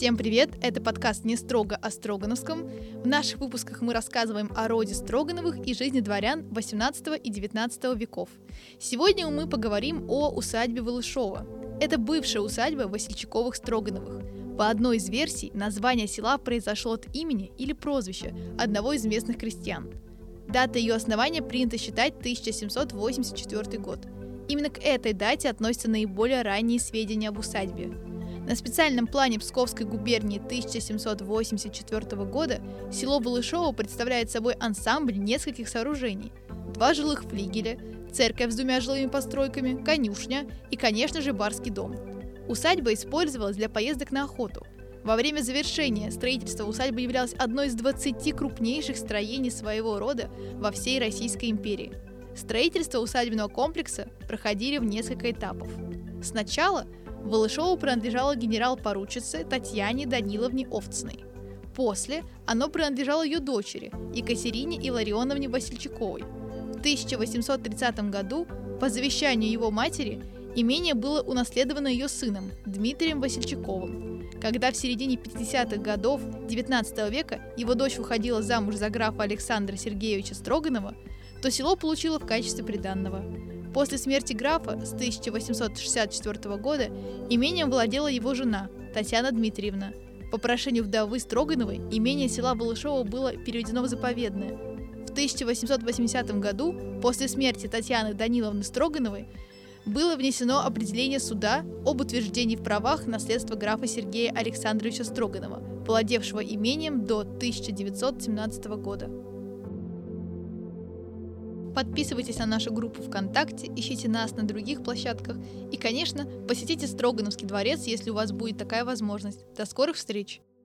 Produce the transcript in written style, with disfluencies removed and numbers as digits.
Всем привет! Это подкаст «Не строго о Строгановском». В наших выпусках мы рассказываем о роде Строгановых и жизни дворян XVIII и XIX веков. Сегодня мы поговорим о усадьбе Волышова. Это бывшая усадьба Васильчаковых-Строгановых. По одной из версий, название села произошло от имени или прозвища одного из местных крестьян. Дата ее основания принято считать 1784 год. Именно к этой дате относятся наиболее ранние сведения об усадьбе. На специальном плане Псковской губернии 1784 года село Волышово представляет собой ансамбль нескольких сооружений: 2 жилых флигеля, церковь с 2 жилыми постройками, конюшня и, конечно же, барский дом. Усадьба использовалась для поездок на охоту. Во время завершения строительства усадьба являлась одной из 20 крупнейших строений своего рода во всей Российской империи. Строительство усадебного комплекса проходили в несколько этапов. Сначала Волышову принадлежало генерал-поручице Татьяне Даниловне Овцыной. После оно принадлежало ее дочери Екатерине Илларионовне Васильчаковой. В 1830 году по завещанию его матери имение было унаследовано ее сыном Дмитрием Васильчаковым. Когда в середине 50-х годов XIX века его дочь выходила замуж за графа Александра Сергеевича Строганова, то село получило в качестве приданного. После смерти графа с 1864 года имением владела его жена Татьяна Дмитриевна. По прошению вдовы Строгановой имение села Волышово было переведено в заповедное. В 1880 году, после смерти Татьяны Даниловны Строгановой, было внесено определение суда об утверждении в правах наследства графа Сергея Александровича Строганова, владевшего имением до 1917 года. Подписывайтесь на нашу группу ВКонтакте, ищите нас на других площадках и, конечно, посетите Строгановский дворец, если у вас будет такая возможность. До скорых встреч!